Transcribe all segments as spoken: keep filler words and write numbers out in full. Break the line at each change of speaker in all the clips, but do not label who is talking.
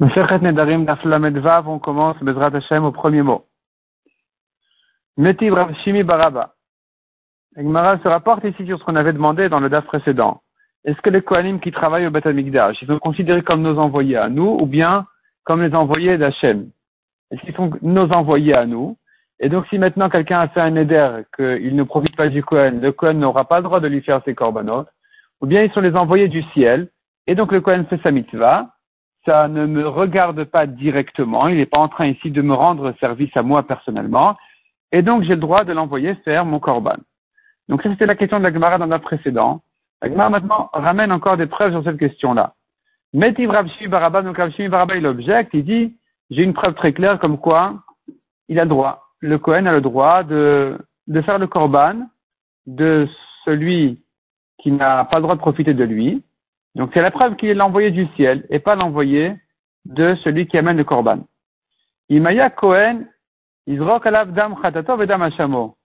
Masechet Nedarim Daf Lamed Vav, on commence Bezrat Hashem au premier mot. Metiv Rav Shimi Baraba. Gemara se rapporte ici sur ce qu'on avait demandé dans le Daf précédent. Est-ce que les Kohanim qui travaillent au Beth Amikdash, ils sont considérés comme nos envoyés à nous ou bien comme les envoyés d'Hachem? Est-ce qu'ils sont nos envoyés à nous? Et donc si maintenant quelqu'un a fait un éder qu'il ne profite pas du Kohen, le Kohen n'aura pas le droit de lui faire ses korbanot, ou bien ils sont les envoyés du ciel, et donc le Kohen fait sa mitzvah, ça ne me regarde pas directement, il n'est pas en train ici de me rendre service à moi personnellement, et donc j'ai le droit de l'envoyer faire mon korban. Donc ça c'était la question de la Gemara dans le précédent. La Gemara maintenant ramène encore des preuves sur cette question-là. Metiv Rav Shimi Baraba, donc Rav Shimi Baraba il objecte, il dit, j'ai une preuve très claire comme quoi il a le droit, le Kohen a le droit de, de faire le korban de celui qui n'a pas le droit de profiter de lui. Donc c'est la preuve qu'il est l'envoyé du ciel et pas l'envoyé de celui qui amène le korban. Imaya Kohen, Izrok alav dam chatato vedam hashamo.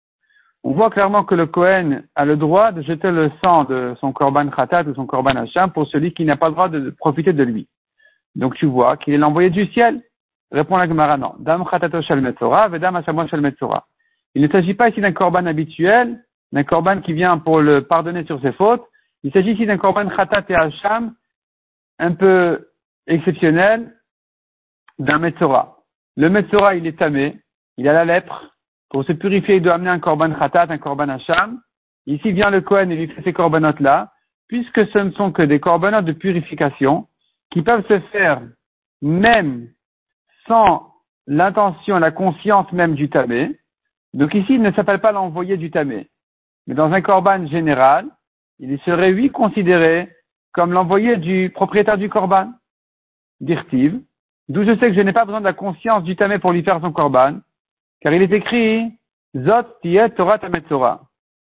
On voit clairement que le Kohen a le droit de jeter le sang de son korban chatat ou son korban hacham pour celui qui n'a pas le droit de profiter de lui. Donc tu vois qu'il est l'envoyé du ciel. Répond la Gemara, non. Dam chatato shel metzora vedam hashamo shel metzora. Il ne s'agit pas ici d'un korban habituel, d'un korban qui vient pour le pardonner sur ses fautes. Il s'agit ici d'un korban khatat et hacham un peu exceptionnel d'un metzora. Le metzora, il est tamé, il a la lèpre. Pour se purifier, il doit amener un korban khatat, un korban hacham. Ici vient le Kohen et lui fait ces korbanotes-là, puisque ce ne sont que des korbanotes de purification qui peuvent se faire même sans l'intention, la conscience même du tamé. Donc ici, il ne s'appelle pas l'envoyé du tamé. Mais dans un korban général, il serait, oui, considéré comme l'envoyé du propriétaire du korban, d'Irtiv, d'où je sais que je n'ai pas besoin de la conscience du tamé pour lui faire son korban, car il est écrit, Zot tiye Torah tametzora.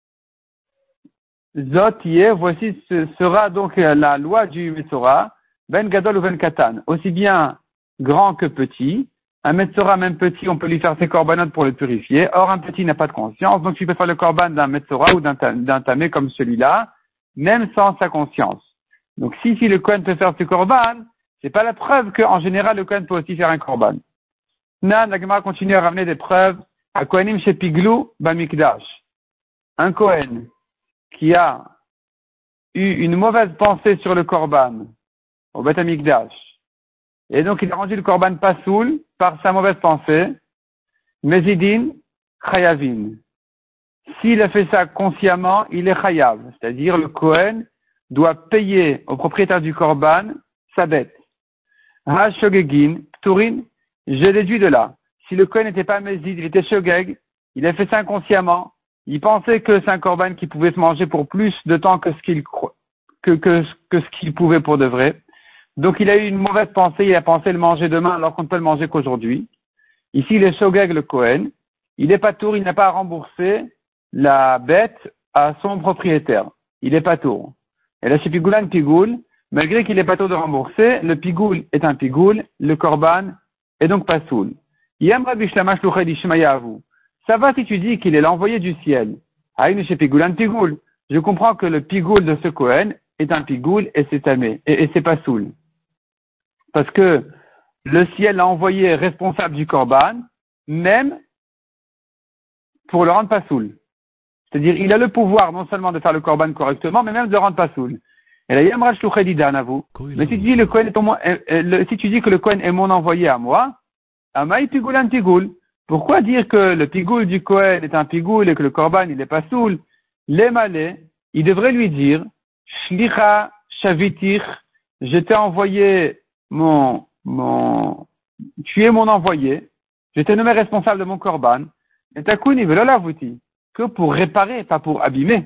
Zot tiye, voici, ce sera donc la loi du metzora, ben gadol ou ben katan, aussi bien grand que petit. Un metzora, même petit, on peut lui faire ses corbanotes pour le purifier. Or, un petit n'a pas de conscience, donc tu peux faire le korban d'un metzora ou d'un, d'un tamé comme celui-là, même sans sa conscience. Donc, si, si le Kohen peut faire ce korban, c'est pas la preuve qu'en général, le Kohen peut aussi faire un korban. Nan, la Gemara continue à ramener des preuves à Kohanim chez Piglou, Bamikdash. Un Kohen qui a eu une mauvaise pensée sur le korban au Beth Amikdash, et donc il a rendu le korban pasoul par sa mauvaise pensée, Mezidin, Chayavin. S'il a fait ça consciemment, il est chayav, c'est-à-dire le Kohen doit payer au propriétaire du korban sa dette. Ha-shogegin, pturin, j'ai déduit de là. Si le Kohen n'était pas mézid, il était shogeg, il a fait ça inconsciemment, il pensait que c'est un korban qui pouvait se manger pour plus de temps que ce qu'il que, que, que ce qu'il pouvait pour de vrai. Donc il a eu une mauvaise pensée, il a pensé le manger demain alors qu'on ne peut le manger qu'aujourd'hui. Ici, il est shogeg le Kohen, il est pas tour, il n'a pas à rembourser la bête à son propriétaire. Il est pas tour. Et là, chez Pigoulan Pigoul, malgré qu'il est pas tour de rembourser, le Pigoul est un Pigoul, le korban est donc pas soul. Yam Rabbi Shlama Shluchei d'Ishmaïa avou. Ça va si tu dis qu'il est l'envoyé du ciel. Aïn chez Pigoulan Pigoul. Je comprends que le Pigoul de ce Kohen est un Pigoul et c'est tamé, et, et c'est pas soul. Parce que le ciel a envoyé responsable du korban, même pour le rendre pas soul. C'est-à-dire, il a le pouvoir non seulement de faire le korban correctement, mais même de le rendre pas soul. Et là, Yamra Shluchei d'Idan à vous. Mais si tu dis le Kohen est ton, euh, euh, si tu dis que le Kohen est mon envoyé à moi, Amaï Pigoulan Pigoul. Pourquoi dire que le Pigoul du Kohen est un Pigoul et que le korban il est pas soul? Les malais, il devrait lui dire, Shlicha Shavitir, je t'ai envoyé mon, mon, tu es mon envoyé, je t'ai nommé responsable de mon korban, et Takouni Velolavouti, que pour réparer, pas pour abîmer.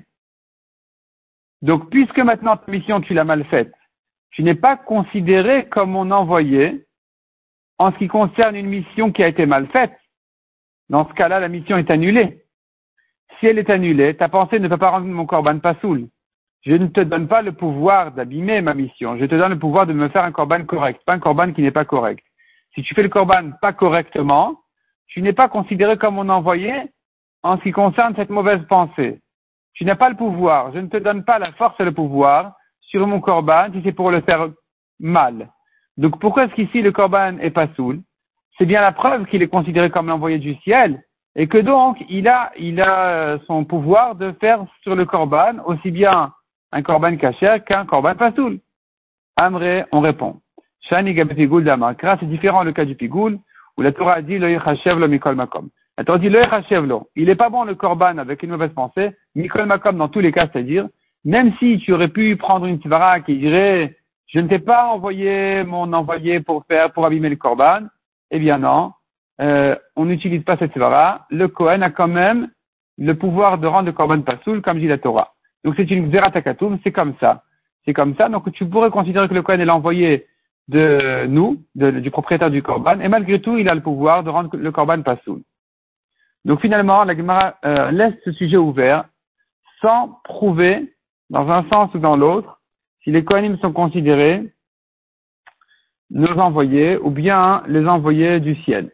Donc, puisque maintenant ta mission tu l'as mal faite, tu n'es pas considéré comme mon envoyé en ce qui concerne une mission qui a été mal faite. Dans ce cas-là, la mission est annulée. Si elle est annulée, ta pensée ne peut pas rendre mon korban pas soul. Je ne te donne pas le pouvoir d'abîmer ma mission. Je te donne le pouvoir de me faire un korban correct, pas un korban qui n'est pas correct. Si tu fais le korban pas correctement, tu n'es pas considéré comme mon envoyé en ce qui concerne cette mauvaise pensée. Tu n'as pas le pouvoir. Je ne te donne pas la force et le pouvoir sur mon korban si c'est pour le faire mal. Donc pourquoi est-ce qu'ici le korban est pas soul? C'est bien la preuve qu'il est considéré comme l'envoyé du ciel et que donc il a, il a son pouvoir de faire sur le korban aussi bien un korban kasher qu'un korban pas soul. Amré, on répond. Shani gab pigoul d'amakra, c'est différent le cas du pigoul où la Torah dit lo yichashev lo mikol makom. La Torah dit lo yichashev lo. Il est pas bon le korban avec une mauvaise pensée, mikol makom dans tous les cas, c'est-à-dire même si tu aurais pu prendre une svara qui dirait je ne t'ai pas envoyé mon envoyé pour faire, pour abîmer le korban, eh bien non, euh, on n'utilise pas cette svara. Le Kohen a quand même le pouvoir de rendre le korban pasoul, comme dit la Torah. Donc c'est une xerat hakatoum, c'est comme ça. C'est comme ça, donc tu pourrais considérer que le Kohen est l'envoyé de nous, de, du propriétaire du korban, et malgré tout, il a le pouvoir de rendre le korban pasoul. Donc finalement, la Gemara euh, laisse ce sujet ouvert, sans prouver, dans un sens ou dans l'autre, si les Kohanim sont considérés nos envoyés ou bien les envoyés du ciel.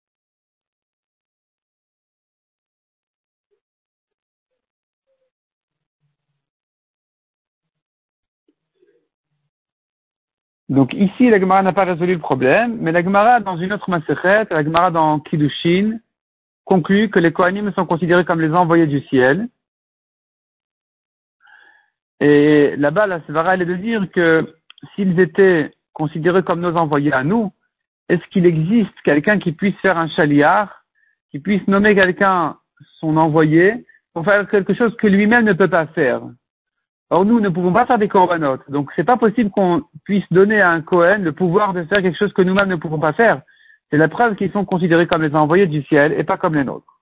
Donc ici, la Gemara n'a pas résolu le problème, mais la Gemara, dans une autre Masechet, la Gemara dans Kiddushin, conclut que les Kohanim sont considérés comme les envoyés du ciel. Et là-bas, la Svara, elle est de dire que s'ils étaient considérés comme nos envoyés à nous, est-ce qu'il existe quelqu'un qui puisse faire un chaliar, qui puisse nommer quelqu'un son envoyé pour faire quelque chose que lui-même ne peut pas faire? Or, nous ne pouvons pas faire des korbanot. Donc, c'est pas possible qu'on puisse donner à un Kohen le pouvoir de faire quelque chose que nous-mêmes ne pouvons pas faire. C'est la preuve qu'ils sont considérés comme les envoyés du ciel et pas comme les nôtres.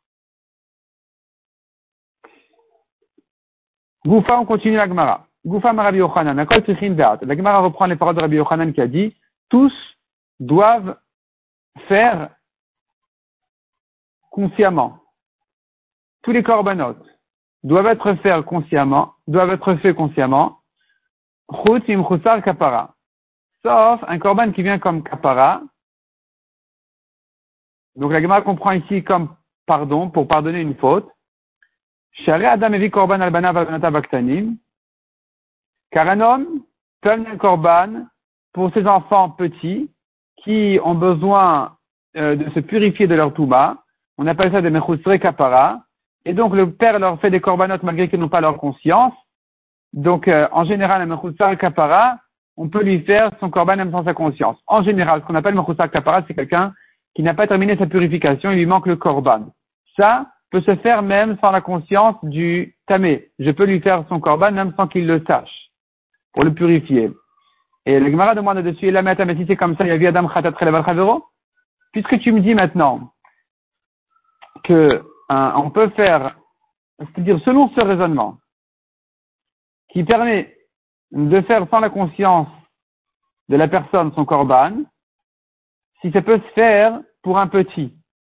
Goufa, on continue la Gemara. Goufa ma Rabbi Yochanan. La Gemara reprend les paroles de Rabbi Yochanan qui a dit, tous doivent faire consciemment. Tous les korbanot doivent être faits consciemment, doivent être faits consciemment. Chutz im chusar kapara. Sauf un korban qui vient comme kapara. Donc la Gemara comprend ici comme pardon, pour pardonner une faute. Share Adam evi korban albana valbanata baktanim. Car un homme peut amener un korban pour ses enfants petits qui ont besoin euh, de se purifier de leur touma. On appelle ça des mechusre kapara. Et donc le père leur fait des corbanotes malgré qu'ils n'ont pas leur conscience. Donc euh, en général, un mechusar kapara, on peut lui faire son korban même sans sa conscience. En général, ce qu'on appelle mechusar kapara, c'est quelqu'un qui n'a pas terminé sa purification, il lui manque le korban. Ça peut se faire même sans la conscience du tamé. Je peux lui faire son korban même sans qu'il le sache, pour le purifier. Et le Gemara demande dessus, et la mais si c'est comme ça, il y a vu Adam Khatat Kheleval Chavero. Puisque tu me dis maintenant que hein, on peut faire, c'est-à-dire selon ce raisonnement, qui permet de faire sans la conscience de la personne son korban, si ça peut se faire pour un petit.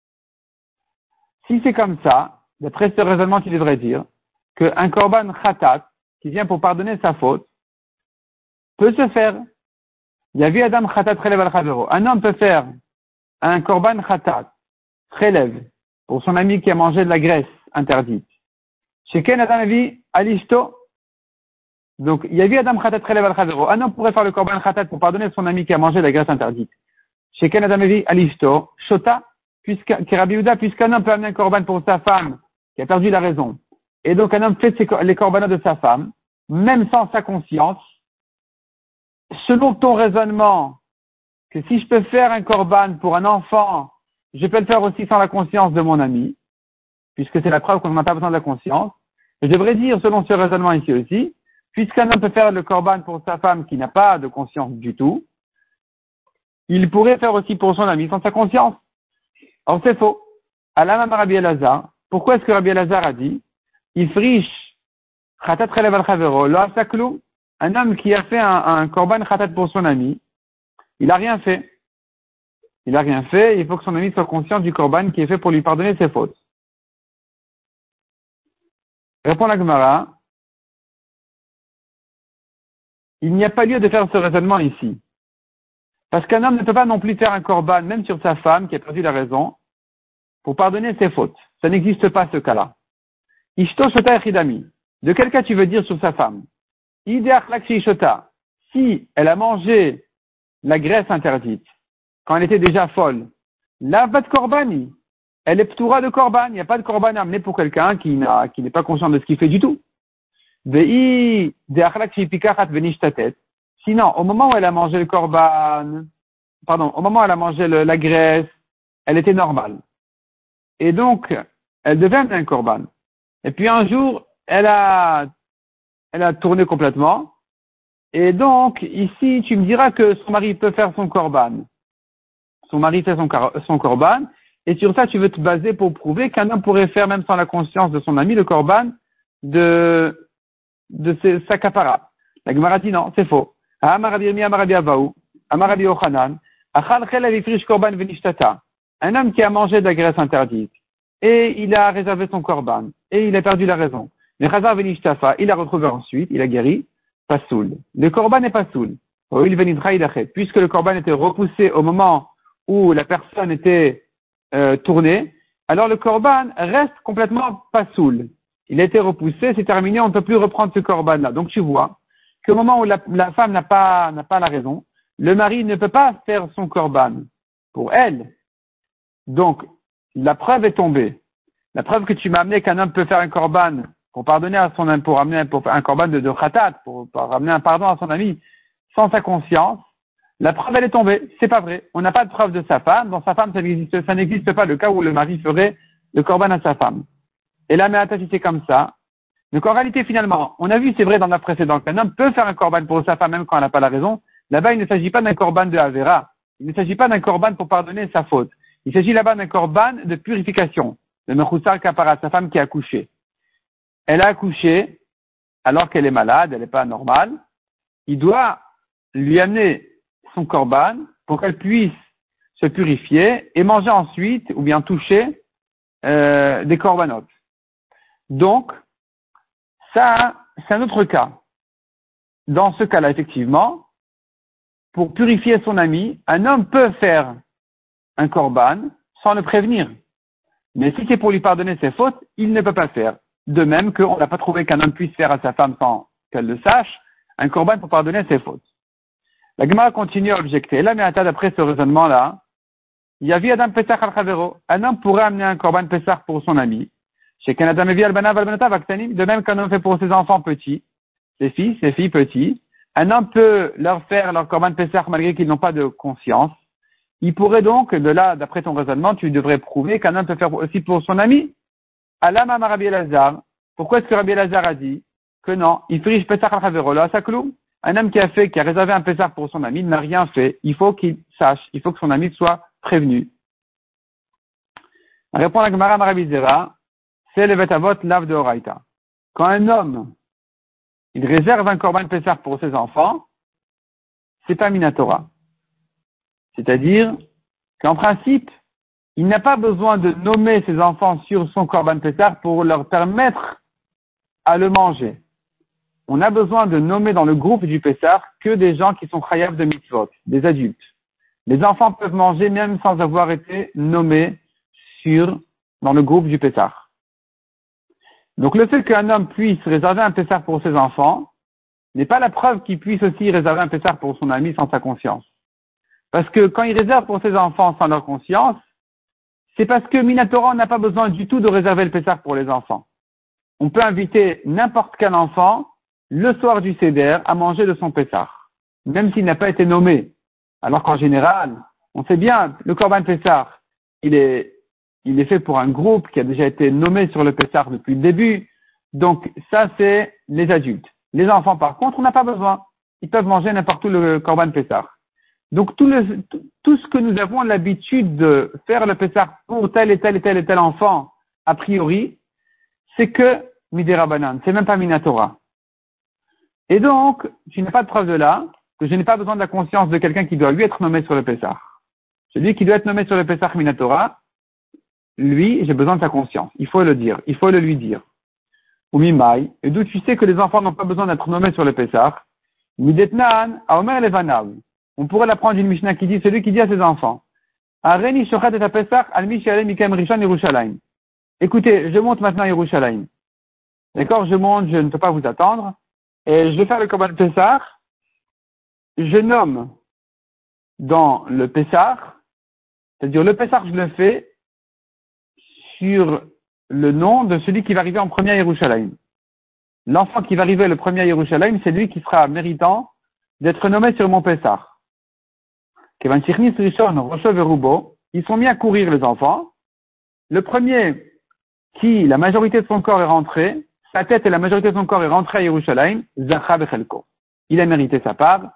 Si c'est comme ça, d'après ce raisonnement, tu devrais dire qu'un korban khatat, qui vient pour pardonner sa faute, peut se faire. Il y a vu Adam khatat Kheleval Chavero. Un homme peut faire un korban khatat, relève, pour son ami qui a mangé de la graisse interdite. Sheken Adam Avi Alishto. Donc, il y a vu Adam Khatat Kheleval Chavero. Un homme pourrait faire le korban khatat pour pardonner son ami qui a mangé de la graisse interdite. Sheken Adam Avi Alishto. Shota. Puisqu'un, Rabbi Yehuda, puisqu'un homme peut amener un korban pour sa femme qui a perdu la raison. Et donc, un homme fait ses, les korbanos de sa femme, même sans sa conscience. Selon ton raisonnement, que si je peux faire un korban pour un enfant, je peux le faire aussi sans la conscience de mon ami, puisque c'est la preuve qu'on n'a pas besoin de la conscience. Je devrais dire, selon ce raisonnement ici aussi, puisqu'un homme peut faire le korban pour sa femme qui n'a pas de conscience du tout, il pourrait faire aussi pour son ami sans sa conscience. Or, c'est faux. Alam Rabbi Elazar, pourquoi est-ce que Rabbi Elazar a dit, Ifrish, Khatat Kheleval Chavero, lo asaklu, un homme qui a fait un, un korban khatat pour son ami, il a rien fait. Il a rien fait, il faut que son ami soit conscient du korban qui est fait pour lui pardonner ses fautes. Répond la Gemara, il n'y a pas lieu de faire ce raisonnement ici. Parce qu'un homme ne peut pas non plus faire un korban, même sur sa femme qui a perdu la raison, pour pardonner ses fautes. Ça n'existe pas ce cas-là. Ishto shota echidami. De quel cas tu veux dire sur sa femme? Ideach lakshi shota. Si elle a mangé la graisse interdite, quand elle était déjà folle, la bat korbani, elle est ptoura de korban, il n'y a pas de korban à amener pour quelqu'un qui n'a, qui n'est pas conscient de ce qu'il fait du tout. Vei de achlak shipikachat venishtatet. Sinon, au moment où elle a mangé le korban, pardon, au moment où elle a mangé le, la graisse, elle était normale. Et donc, elle devait amener un korban. Et puis un jour, elle a, elle a tourné complètement. Et donc, ici, tu me diras que son mari peut faire son korban. Son mari fait son, son korban. Et sur ça, tu veux te baser pour prouver qu'un homme pourrait faire, même sans la conscience de son ami, le korban de, de ses, sa kapara. La Gemara dit non, c'est faux. Amarabi Yirmi, Amarabi Avaou, Amarabi Yochanan, Achal Chel Avifrish Korban Venishtata. Un homme qui a mangé de la graisse interdite. Et il a réservé son korban. Et il a perdu la raison. Mais Chazar Venishtafa, il a retrouvé ensuite, il a guéri, pas soul. Le korban n'est pas soul. Puisque le korban était repoussé au moment où la personne était euh, tournée, alors le korban reste complètement pas soul. Il a été repoussé, c'est terminé, on ne peut plus reprendre ce korban-là. Donc tu vois qu'au moment où la, la femme n'a pas, n'a pas la raison, le mari ne peut pas faire son korban pour elle. Donc, la preuve est tombée. La preuve que tu m'as amené qu'un homme peut faire un korban pour pardonner à son ami, pour amener pour faire un korban de, de khatat, pour, pour ramener un pardon à son ami sans sa conscience, la preuve elle est tombée. C'est pas vrai. On n'a pas de preuve de sa femme. Dans sa femme, ça n'existe, ça n'existe pas le cas où le mari ferait le korban à sa femme. Et là, mais attends, c'est comme ça. Donc en réalité, finalement, on a vu, c'est vrai dans la précédente, qu'un homme peut faire un korban pour sa femme même quand elle n'a pas la raison. Là-bas, il ne s'agit pas d'un korban de Avera. Il ne s'agit pas d'un korban pour pardonner sa faute. Il s'agit là-bas d'un korban de purification. Le Mechoussar Kapara, sa femme qui a accouché. Elle a accouché alors qu'elle est malade, elle n'est pas normale. Il doit lui amener son korban pour qu'elle puisse se purifier et manger ensuite ou bien toucher euh, des korbanotes. Donc, ça, c'est un autre cas. Dans ce cas-là, effectivement, pour purifier son ami, un homme peut faire un korban sans le prévenir. Mais si c'est pour lui pardonner ses fautes, il ne peut pas faire. De même qu'on n'a pas trouvé qu'un homme puisse faire à sa femme sans qu'elle le sache, un korban pour pardonner ses fautes. La Gemara continue à objecter. Là, mais d'après ce raisonnement-là, il y avait Adam Pesach al Chavero. Un homme pourrait amener un korban Pesach pour son ami. Chez Kanadam Evi Albanav Albanatav Aktanim, de même qu'un homme fait pour ses enfants petits, ses fils, ses filles petits. Un homme peut leur faire leur korban Pesach malgré qu'ils n'ont pas de conscience. Il pourrait donc, de là, d'après ton raisonnement, tu devrais prouver qu'un homme peut faire aussi pour son ami. Alama Rabbi Elazar. Pourquoi est-ce que Rabbi Elazar a dit que non, il friche Pesach al Chavero, là, saklou. Un homme qui a fait, qui a réservé un Pesach pour son ami, n'a rien fait. Il faut qu'il sache, il faut que son ami soit prévenu. Répond la Gemara Rabbi Zera, c'est le Vetavot Lav de Horaïta. Quand un homme, il réserve un korban Pesach pour ses enfants, c'est pas Minatora. C'est-à-dire qu'en principe, il n'a pas besoin de nommer ses enfants sur son korban Pesach pour leur permettre à le manger. On a besoin de nommer dans le groupe du Pesach que des gens qui sont chayav de mitzvot, des adultes. Les enfants peuvent manger même sans avoir été nommés sur, dans le groupe du Pesach. Donc le fait qu'un homme puisse réserver un Pesach pour ses enfants n'est pas la preuve qu'il puisse aussi réserver un Pesach pour son ami sans sa conscience. Parce que quand il réserve pour ses enfants sans leur conscience, c'est parce que Minatora n'a pas besoin du tout de réserver le Pesach pour les enfants. On peut inviter n'importe quel enfant le soir du Seder à manger de son Pesach, même s'il n'a pas été nommé. Alors qu'en général, on sait bien, le Korban Pesach, il est, il est fait pour un groupe qui a déjà été nommé sur le Pesach depuis le début. Donc ça, c'est les adultes. Les enfants, par contre, on n'a pas besoin. Ils peuvent manger n'importe où le Korban Pesach. Donc tout, le, tout, tout ce que nous avons l'habitude de faire le Pesach pour tel et tel et tel et tel enfant, a priori, c'est que Midera Banan, c'est même pas Minatora. Et donc, tu n'as pas de preuve de là, que je n'ai pas besoin de la conscience de quelqu'un qui doit lui être nommé sur le Pesach. Celui qui doit être nommé sur le Pesach Minatora, lui, j'ai besoin de sa conscience. Il faut le dire, il faut le lui dire. Ou Mimai, et d'où tu sais que les enfants n'ont pas besoin d'être nommés sur le Pesach, Midetnan, Aomer Levanav. On pourrait l'apprendre d'une Mishnah qui dit, celui qui dit à ses enfants, Areni Shochat et Pesach, Almi Shalem Mikem Rishon Yerushalayim. Écoutez, je monte maintenant à Yerushalayim. D'accord, je monte, je ne peux pas vous attendre. Et je vais faire le Korban Pesach. Je nomme dans le Pessah, c'est-à-dire le Pessah, je le fais sur le nom de celui qui va arriver en premier à Yerushalayim. L'enfant qui va arriver le premier à Yerushalayim, c'est lui qui sera méritant d'être nommé sur mon Pessah. Ils sont mis à courir les enfants. Le premier qui, la majorité de son corps est rentré, sa tête et la majorité de son corps est rentré à Yerushalayim, Zacha Bechelko. Il a mérité sa part.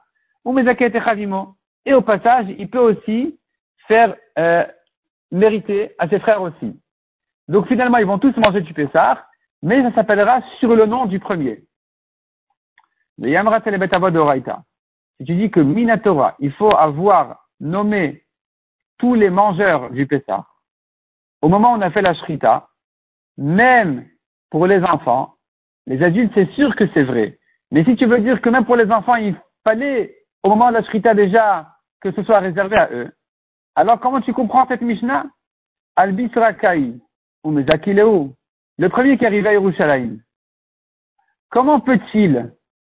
Et au passage, il peut aussi faire euh, mériter à ses frères aussi. Donc finalement, ils vont tous manger du Pessah, mais ça s'appellera sur le nom du premier. Le Yamrat et le Betavod de Oraita. Si tu dis que Minatora, il faut avoir nommé tous les mangeurs du Pessah, au moment où on a fait la Shrita, même pour les enfants, les adultes, c'est sûr que c'est vrai. Mais si tu veux dire que même pour les enfants, il fallait, au moment de la Shrita déjà, que ce soit réservé à eux, alors comment tu comprends cette Mishnah? Albis Rakai, ou Mezakileu, le premier qui arrive à Yerushalayim. Comment peut-il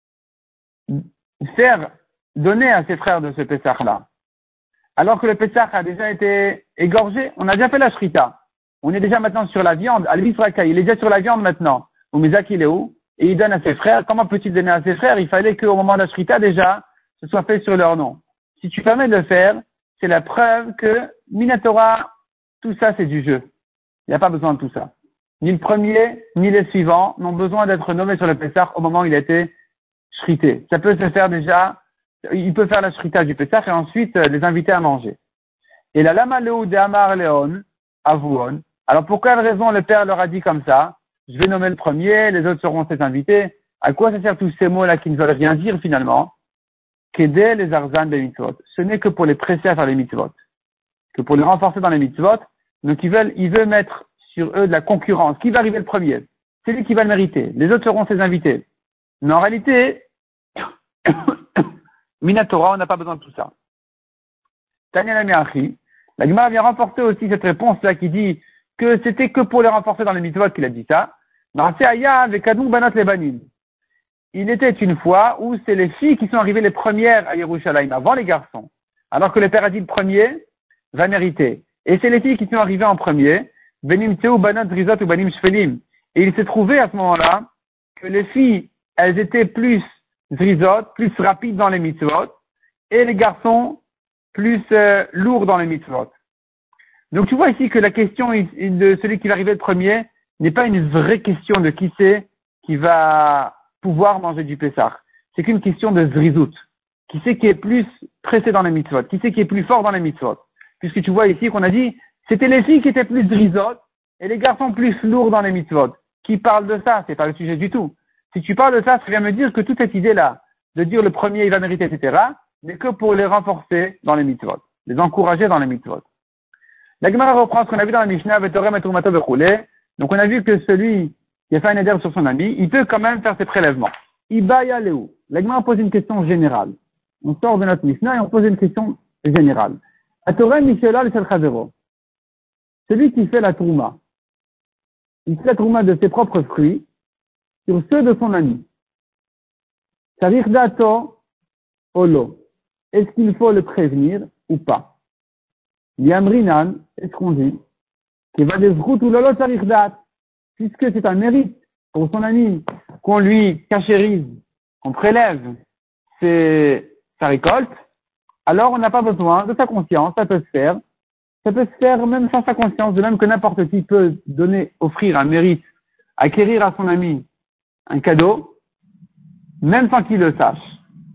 faire donner à ses frères de ce Pessah-là, alors que le Pessah a déjà été égorgé? On a déjà fait la Shrita. On est déjà maintenant sur la viande. Albis Rakai, il est déjà sur la viande maintenant. Ou Mezakileu, et il donne à ses frères. Comment peut-il donner à ses frères? Il fallait qu'au moment de la Shrita, déjà, ce soit fait sur leur nom. Si tu permets de le faire, c'est la preuve que Minatora, tout ça, c'est du jeu. Il n'y a pas besoin de tout ça. Ni le premier, ni les suivants n'ont besoin d'être nommés sur le Pessah au moment où il a été shrité. Ça peut se faire déjà, il peut faire la shrita du Pessah et ensuite euh, les inviter à manger. Et la lama leu de amar leon, avuon. Alors pour quelle raison le père leur a dit comme ça? Je vais nommer le premier, les autres seront ses invités. À quoi ça sert tous ces mots-là qui ne veulent rien dire finalement? Qu'aider les arzan des mitzvot. Ce n'est que pour les presser à faire les mitzvot. Que pour les renforcer dans les mitzvot. Donc ils veulent, ils veulent mettre sur eux de la concurrence. Qui va arriver le premier? C'est lui qui va le mériter. Les autres seront ses invités. Mais en réalité, Minatora, on n'a pas besoin de tout ça. Tanya la Meachi, la Gemara vient renforcer aussi cette réponse-là qui dit que c'était que pour les renforcer dans les mitzvot qu'il a dit ça. Il était une fois où c'est les filles qui sont arrivées les premières à Yerushalayim, avant les garçons. Alors que le père a dit le premier va mériter. Et c'est les filles qui sont arrivées en premier, Benim Tseu, Banat, Rizot ou Banim Shfelim. Et il s'est trouvé à ce moment-là que les filles, elles étaient plus Rizot, plus rapides dans les mitzvot, et les garçons, plus euh, lourds dans les mitzvot. Donc tu vois ici que la question de celui qui va arriver le premier n'est pas une vraie question de qui c'est qui va pouvoir manger du Pessah. C'est qu'une question de Zrizout. Qui c'est qui est plus pressé dans les mitzvot? Qui c'est qui est plus fort dans les mitzvot? Puisque tu vois ici qu'on a dit, c'était les filles qui étaient plus Zrizot et les garçons plus lourds dans les mitzvot. Qui parle de ça? C'est pas le sujet du tout. Si tu parles de ça, ça vient me dire que toute cette idée-là, de dire le premier il va mériter, et cetera, n'est que pour les renforcer dans les mitzvot, les encourager dans les mitzvot. La Gemara reprend ce qu'on a vu dans la Mishnah, Vetorem et Trumato Bechoulé. Donc on a vu que celui qui a fait un éder sur son ami, il peut quand même faire ses prélèvements. Ibaya Léou. La Gemara pose une question générale. On sort de notre Mishnah et on pose une question générale. Atorem Mishela le Chalchazero. Celui qui fait la Trouma, il fait la Trouma de ses propres fruits sur ceux de son ami. Sarir dato olo. Est-ce qu'il faut le prévenir ou pas? Yamrinan, est-ce qu'on dit qu'il va des routes ou lolo sarir dat, puisque c'est un mérite pour son ami qu'on lui cachérise, qu'on prélève ses, sa récolte, alors on n'a pas besoin de sa conscience, ça peut se faire. Ça peut se faire même sans sa conscience, de même que n'importe qui peut donner, offrir un mérite, acquérir à son ami un cadeau, même sans qu'il le sache.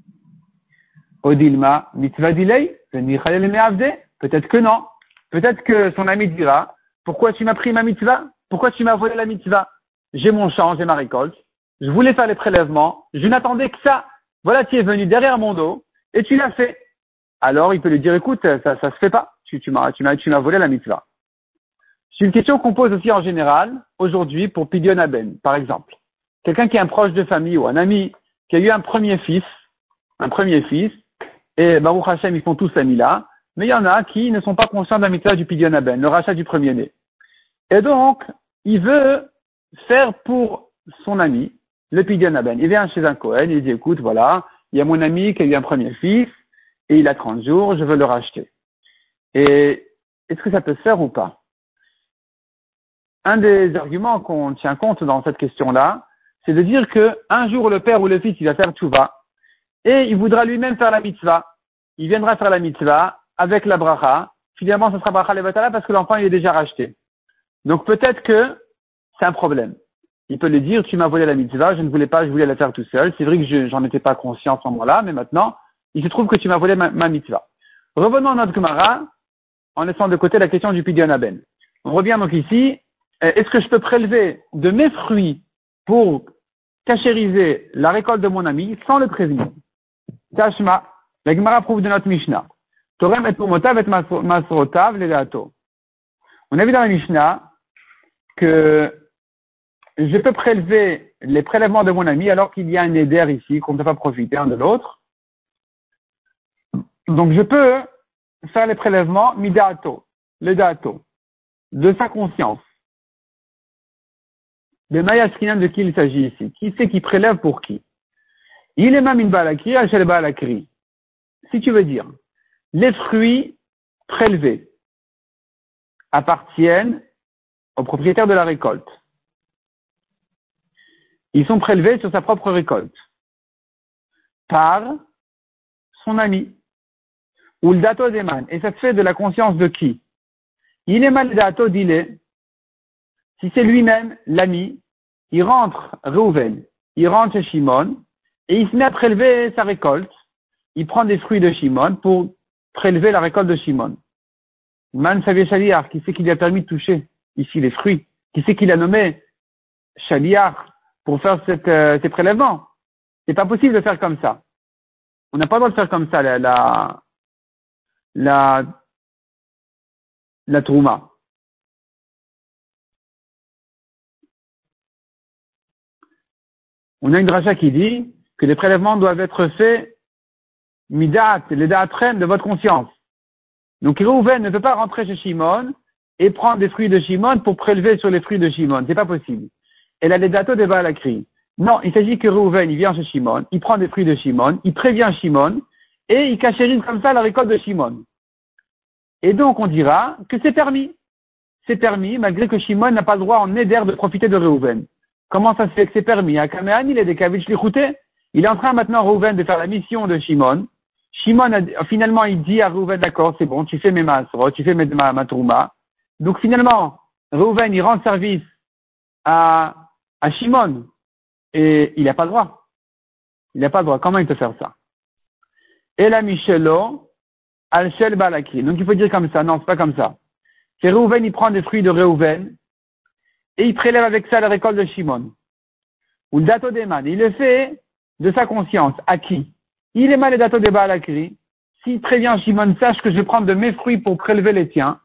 Odilma, mitzvah dilei, peut-être que non. Peut-être que son ami dira, pourquoi tu m'as pris ma mitzvah? Pourquoi tu m'as volé la mitzvah? J'ai mon champ, j'ai ma récolte. Je voulais faire les prélèvements. Je n'attendais que ça. Voilà, tu es venu derrière mon dos et tu l'as fait. Alors, il peut lui dire, écoute, ça, ça se fait pas. Tu, tu m'as, tu m'as, tu m'as volé la mitzvah. C'est une question qu'on pose aussi en général, aujourd'hui, pour Pidyon Aben, par exemple. Quelqu'un qui est un proche de famille ou un ami qui a eu un premier fils, un premier fils, et Baruch Hashem, ils font tous la mila, mais il y en a qui ne sont pas conscients de la mitzvah du Pidyon Aben, le rachat du premier-né. Et donc, il veut faire pour son ami le Pidyon Aben. Il vient chez un Kohen, il dit, écoute, voilà, il y a mon ami qui a eu un premier fils, et il a trente jours, je veux le racheter. Et est-ce que ça peut se faire ou pas? Un des arguments qu'on tient compte dans cette question-là, c'est de dire que un jour le père ou le fils, il va faire tchouva, et il voudra lui-même faire la mitzvah. Il viendra faire la mitzvah avec la bracha. Finalement, ce sera bracha levatala parce que l'enfant, il est déjà racheté. Donc peut-être que c'est un problème. Il peut lui dire, tu m'as volé la mitzvah, je ne voulais pas, je voulais la faire tout seul. C'est vrai que je, j'en étais pas conscient à ce moment-là, mais maintenant, il se trouve que tu m'as volé ma, ma mitzvah. Revenons à notre Gemara, en laissant de côté la question du Pidyon Aben. On revient donc ici. Est-ce que je peux prélever de mes fruits pour cachériser la récolte de mon ami sans le prévenir? Tashma, la Gemara prouve de notre Mishnah. Torem et Pumotav et Masrotav le Gato. On a vu dans la Mishnah que je peux prélever les prélèvements de mon ami alors qu'il y a un éder ici, qu'on ne peut pas profiter un de l'autre. Donc je peux faire les prélèvements midato, le dato, de sa conscience. De Mayaskinan, de qui il s'agit ici? Qui c'est qui prélève pour qui? Il est même une balakri, achel balakri. Si tu veux dire, les fruits prélevés appartiennent au propriétaire de la récolte. Ils sont prélevés sur sa propre récolte par son ami. Ou le dato d'éman. Et ça se fait de la conscience de qui? Il est mal dato d'ilé. Si c'est lui-même, l'ami, il rentre, Reuven, il rentre chez Shimon, et il se met à prélever sa récolte. Il prend des fruits de Shimon pour prélever la récolte de Shimon. Man savait Shaliar, qui c'est qui lui a permis de toucher ici les fruits? Qui c'est qui l'a nommé Shaliar pour faire cette, euh, ces prélèvements? C'est pas possible de faire comme ça. On n'a pas le droit de faire comme ça, la, la, la, la trouma. On a une dracha qui dit que les prélèvements doivent être faits midat, les da'atrem de votre conscience. Donc Reuven ne peut pas rentrer chez Shimon et prendre des fruits de Shimon pour prélever sur les fruits de Shimon. C'est pas possible. Et là, les datos de Baalakri. Non, il s'agit que Reuven, il vient chez Shimon, il prend des fruits de Shimon, il prévient Shimon et il cachérise comme ça la récolte de Shimon. Et donc on dira que c'est permis. C'est permis malgré que Shimon n'a pas le droit en éder de profiter de Reuven. Comment ça se fait que c'est permis? À Kaméan, il est des Kavich Lichouté. Il est en train maintenant, Reuven, de faire la mission de Shimon. Shimon, a, finalement, il dit à Reuven, d'accord, c'est bon, tu fais mes masrot, tu fais mes, ma, ma trouma. Donc finalement, Reuven, il rend service à, à Shimon. Et il n'a pas le droit. Il n'a pas le droit. Comment il peut faire ça? Et la Michelo, Al-Shel Balakri. Donc il faut dire comme ça. Non, c'est pas comme ça. C'est Reuven, il prend des fruits de Reuven. Et il prélève avec ça la récolte de Shimon. Ou le dato d'Eman. Il le fait de sa conscience. À qui? Il est mal le dato de Baalakri. S'il prévient Shimon, sache que je vais prendre de mes fruits pour prélever les tiens.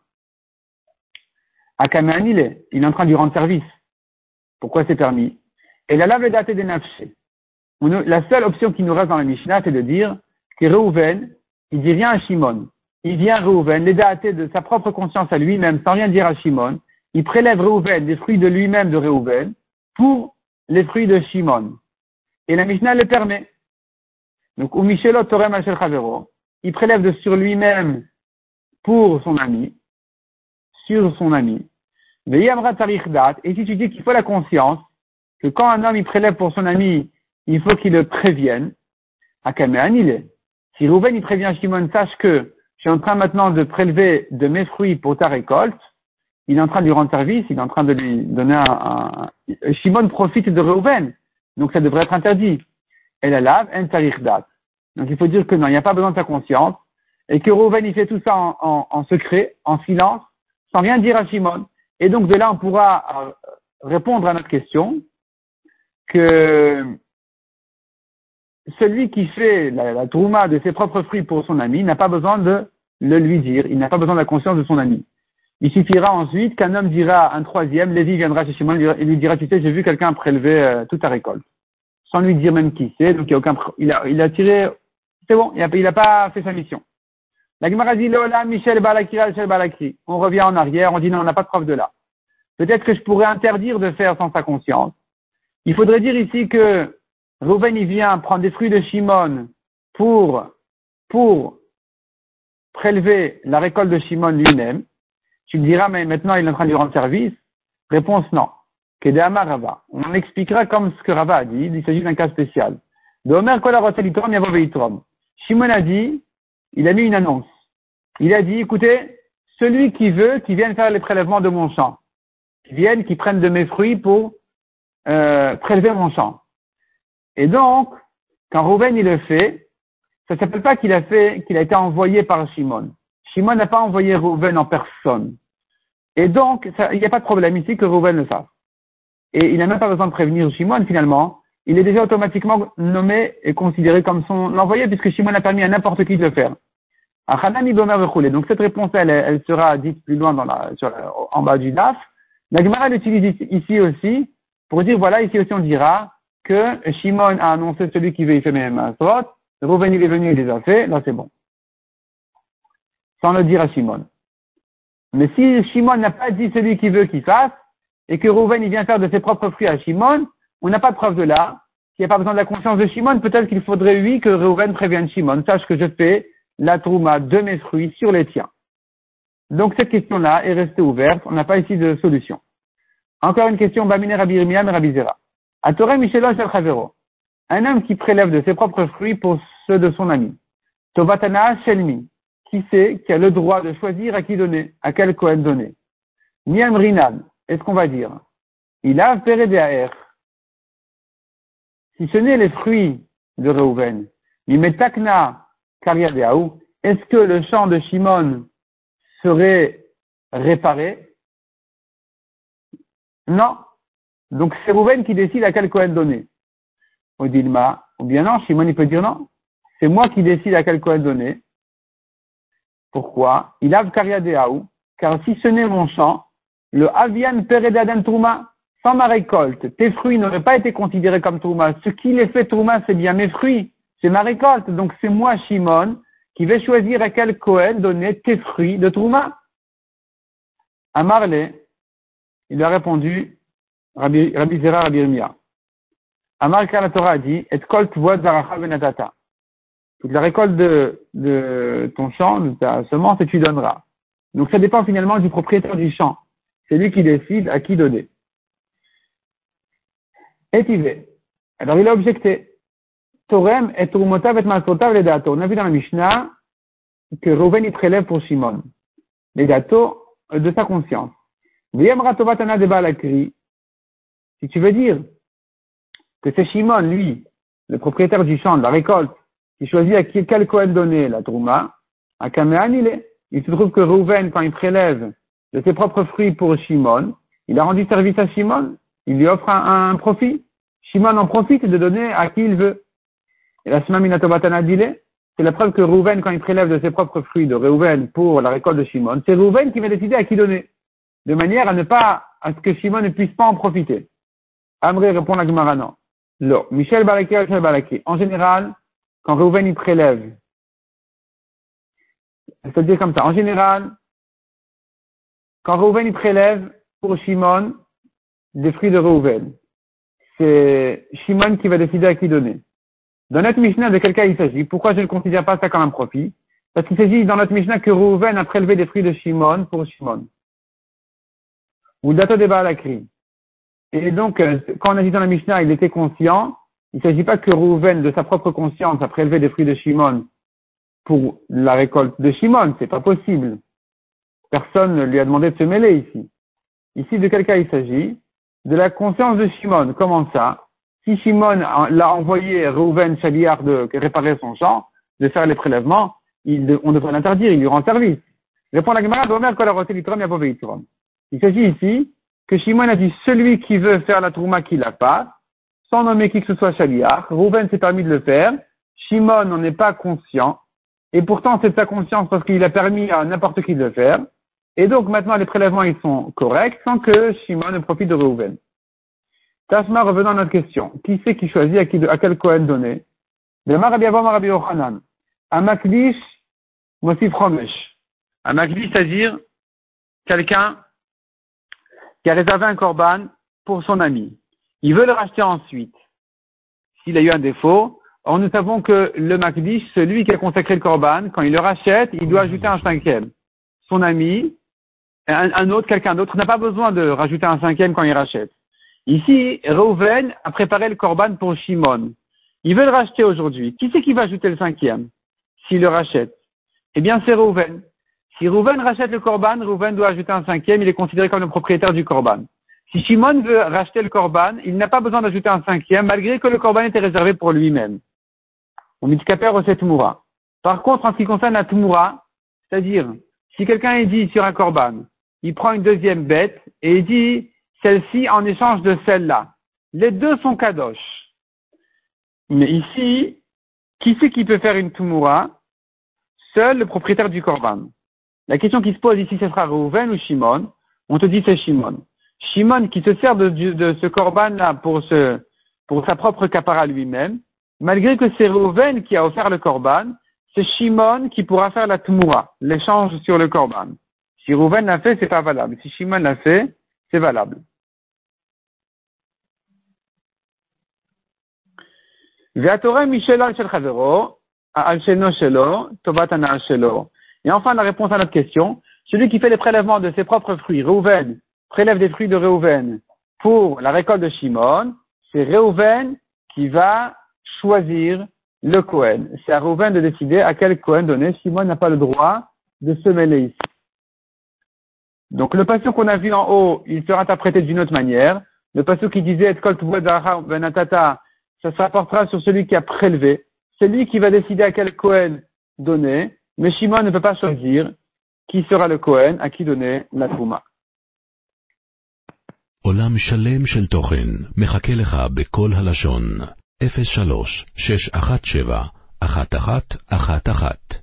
À Kaméan, il est. Il est en train de lui rendre service. Pourquoi c'est permis? Et la lave le daté des nafshé. La seule option qui nous reste dans la Mishnah, c'est de dire que Reuven, il dit rien à Shimon. Il vient Reuven, les datés de sa propre conscience à lui-même, sans rien dire à Shimon. Il prélève Reuven, des fruits de lui-même de Reuven, pour les fruits de Shimon. Et la Mishnah le permet. Donc, ou Michelot Torem Ashel Chavero, il prélève de sur lui-même pour son ami, sur son ami. Et si tu dis qu'il faut la conscience, que quand un homme il prélève pour son ami, il faut qu'il le prévienne, à Kaméan il est. Si Reuven il prévient Shimon, sache que je suis en train maintenant de prélever de mes fruits pour ta récolte, il est en train de lui rendre service, il est en train de lui donner un, un... Shimon profite de Reuven, donc ça devrait être interdit. Et la lave, en tarichdat. Donc il faut dire que non, il n'y a pas besoin de sa conscience, et que Reuven il fait tout ça en, en, en secret, en silence, sans rien dire à Shimon. Et donc de là on pourra répondre à notre question, que celui qui fait la, la trouma de ses propres fruits pour son ami n'a pas besoin de le lui dire, il n'a pas besoin de la conscience de son ami. Il suffira ensuite qu'un homme dira un troisième, Lévi viendra chez Shimon et lui dira, tu sais, j'ai vu quelqu'un prélever euh, toute ta récolte. Sans lui dire même qui c'est, donc il y a aucun, il a, il a tiré, c'est bon, il a, il a pas fait sa mission. La Gemara dit, Lola, Michel Balakri, Michel Balakri. On revient en arrière, on dit non, on n'a pas de preuve de là. Peut-être que je pourrais interdire de faire sans sa conscience. Il faudrait dire ici que Reuven, il vient prendre des fruits de Shimon pour, pour prélever la récolte de Shimon lui-même, tu me diras, mais maintenant il est en train de lui rendre service. Réponse non. Kedama Rava. On expliquera comme ce que Rava a dit, il s'agit d'un cas spécial. De Omer Kola Rotalitrom Yavo Veitrom. Shimon a dit, il a mis une annonce. Il a dit, écoutez, celui qui veut, qui vienne faire les prélèvements de mon champ, qui vienne, qui prenne de mes fruits pour euh, prélever mon champ. Et donc, quand Rouven il le fait, ça ne s'appelle pas qu'il a fait, qu'il a été envoyé par Shimon. Shimon n'a pas envoyé Rouven en personne. Et donc, il n'y a pas de problème ici que Rouven le fasse. Et il n'a même pas besoin de prévenir Shimon finalement. Il est déjà automatiquement nommé et considéré comme son envoyé puisque Shimon a permis à n'importe qui de le faire. Donc cette réponse, elle, elle sera dite plus loin dans la, sur la, en bas du D A F. La Gemara l'utilise ici aussi pour dire, voilà, ici aussi on dira que Shimon a annoncé celui qui veut, il fait mes masrot. Rouven il est venu, il les a fait, là c'est bon. Sans le dire à Shimon. Mais si Shimon n'a pas dit celui qui veut qu'il fasse, et que Rouven il vient faire de ses propres fruits à Shimon, on n'a pas de preuve de là. S'il n'y a pas besoin de la conscience de Shimon, peut-être qu'il faudrait, oui, que Rouven prévienne Shimon. Sache que je fais la trouma de mes fruits sur les tiens. Donc cette question-là est restée ouverte. On n'a pas ici de solution. Encore une question, Bamine Rabbi Yirmiyah et Rabbi Zera. Atorem Michelosh El Chavero. Un homme qui prélève de ses propres fruits pour ceux de son ami. Tovatana Shelmi. Qui sait, qui a le droit de choisir à qui donner, à quel Kohen donner. Miam Rinan. Est-ce qu'on va dire? Il a ferré des A R. Si ce n'est les fruits de Reuven, Mimetakna Kariadeaou, est-ce que le champ de Shimon serait réparé? Non. Donc c'est Reuven qui décide à quel Kohen donner. Au Dilma, ou bien non, Shimon il peut dire non. C'est moi qui décide à quel Kohen donner. Pourquoi? Il a Kariadeaou, car si ce n'est mon champ, le Avian Peredaden Trouma, sans ma récolte, tes fruits n'auraient pas été considérés comme Trouma. Ce qui les fait Trouma, c'est bien mes fruits. C'est ma récolte. Donc c'est moi, Shimon, qui vais choisir à quel Kohen donner tes fruits de Trouma. Amarle, il a répondu, Rabbi, Rabbi Zera, Rabbi Yirmiyah. Amar la Torah a dit, et kol tvot zaracha venatata. Toute la récolte de, de ton champ, de ta semence, et tu donneras. Donc ça dépend finalement du propriétaire du champ. C'est lui qui décide à qui donner. Et il va. Alors il a objecté. Torem et Turumotav et Masotav les datos. On a vu dans la Mishnah que Reuven il prélève pour Shimon. Les datos de sa conscience. V'yemra tovatana de Balakri. Si tu veux dire que c'est Shimon, lui, le propriétaire du champ, de la récolte, qui choisit à qui, quel Kohen donner la Trouma, à Kamehan il est. Il se trouve que Reuven, quand il prélève de ses propres fruits pour Shimon, il a rendu service à Shimon, il lui offre un, un profit. Shimon en profite de donner à qui il veut. Et la Shema Tobatana dile, c'est la preuve que Reuven, quand il prélève de ses propres fruits de Reuven pour la récolte de Shimon, c'est Reuven qui va décider à qui donner. De manière à ne pas, à ce que Shimon ne puisse pas en profiter. Amré répond à Gemara non. Lo. Michel Baraké, Michel Baraké. En général, quand Reuven il prélève, c'est-à-dire comme ça, en général, quand Reuven il prélève pour Shimon des fruits de Reuven, c'est Shimon qui va décider à qui donner. Dans notre Mishnah, de quel cas il s'agit? Pourquoi je ne considère pas ça comme un profit? Parce qu'il s'agit dans notre Mishnah que Reuven a prélevé des fruits de Shimon pour Shimon. Ou dato de Baalakri. Et donc, quand on a dit dans la Mishnah, il était conscient, il ne s'agit pas que Reuven, de sa propre conscience, a prélevé des fruits de Shimon pour la récolte de Shimon. C'est pas possible. Personne ne lui a demandé de se mêler ici. Ici, de quel cas il s'agit? De la conscience de Shimon. Comment ça? Si Shimon l'a envoyé Reuven Shaliar de réparer son champ, de faire les prélèvements, il, on devrait l'interdire, il lui rend service. Répond la Gemara, il s'agit ici que Shimon a dit celui qui veut faire la trouma qui la fasse, sans nommer qui que ce soit Shaliar. Reuven s'est permis de le faire. Shimon n'en est pas conscient. Et pourtant, c'est de sa conscience parce qu'il a permis à n'importe qui de le faire. Et donc, maintenant, les prélèvements, ils sont corrects sans que Shimon ne profite de Reuven. Tashma, revenons à notre question. Qui c'est qui choisit à, qui, à quel Kohen donner? De Rabbi Avam, Rabbi Yochanan. Amaklish, Mosif Romesh. Amaklish, c'est-à-dire quelqu'un qui a réservé un korban pour son ami. Il veut le racheter ensuite. S'il a eu un défaut, Or, nous savons que le Makdish, celui qui a consacré le Korban, quand il le rachète, il doit ajouter un cinquième. Son ami, un, un autre, quelqu'un d'autre, n'a pas besoin de rajouter un cinquième quand il rachète. Ici, Reuven a préparé le Korban pour Shimon. Il veut le racheter aujourd'hui. Qui c'est qui va ajouter le cinquième s'il le rachète? Eh bien, c'est Reuven. Si Reuven rachète le Korban, Reuven doit ajouter un cinquième, il est considéré comme le propriétaire du Korban. Si Shimon veut racheter le Korban, il n'a pas besoin d'ajouter un cinquième, malgré que le Korban était réservé pour lui-même. On mitkaper au Tmoura. Par contre, en ce qui concerne la Tmoura, c'est-à-dire, si quelqu'un est dit sur un Korban, il prend une deuxième bête et il dit celle-ci en échange de celle-là. Les deux sont kadosh. Mais ici, qui c'est qui peut faire une Tmoura? Seul le propriétaire du Korban. La question qui se pose ici, ce sera Reuven ou Shimon. On te dit c'est Shimon. Shimon qui se sert de, de ce Korban-là pour, ce, pour sa propre kapara lui-même, malgré que c'est Reuven qui a offert le Korban, c'est Shimon qui pourra faire la Tmoura, l'échange sur le Korban. Si Reuven l'a fait, c'est pas valable. Si Shimon l'a fait, c'est valable. Ve'atorem mishelo shel chavero, al sheno shelo, tovat hana shelo. Et enfin, la réponse à notre question, celui qui fait les prélèvements de ses propres fruits, Reuven, prélève des fruits de Reuven pour la récolte de Shimon, c'est Reuven qui va choisir le Kohen. C'est à Reuven de décider à quel Kohen donner. Shimon n'a pas le droit de se mêler ici. Donc le passage qu'on a vu en haut, il sera interprété d'une autre manière. Le passage qui disait et kol tuvot zaracha benatata, ça s'apportera sur celui qui a prélevé. C'est lui qui va décider à quel Kohen donner, mais Shimon ne peut pas choisir qui sera le Kohen à qui donner la Trouma.
עולם שלם של תוכן מחכה לך בכל הלשון אפס שלוש שש אחת שבע אחת אחת אחת אחת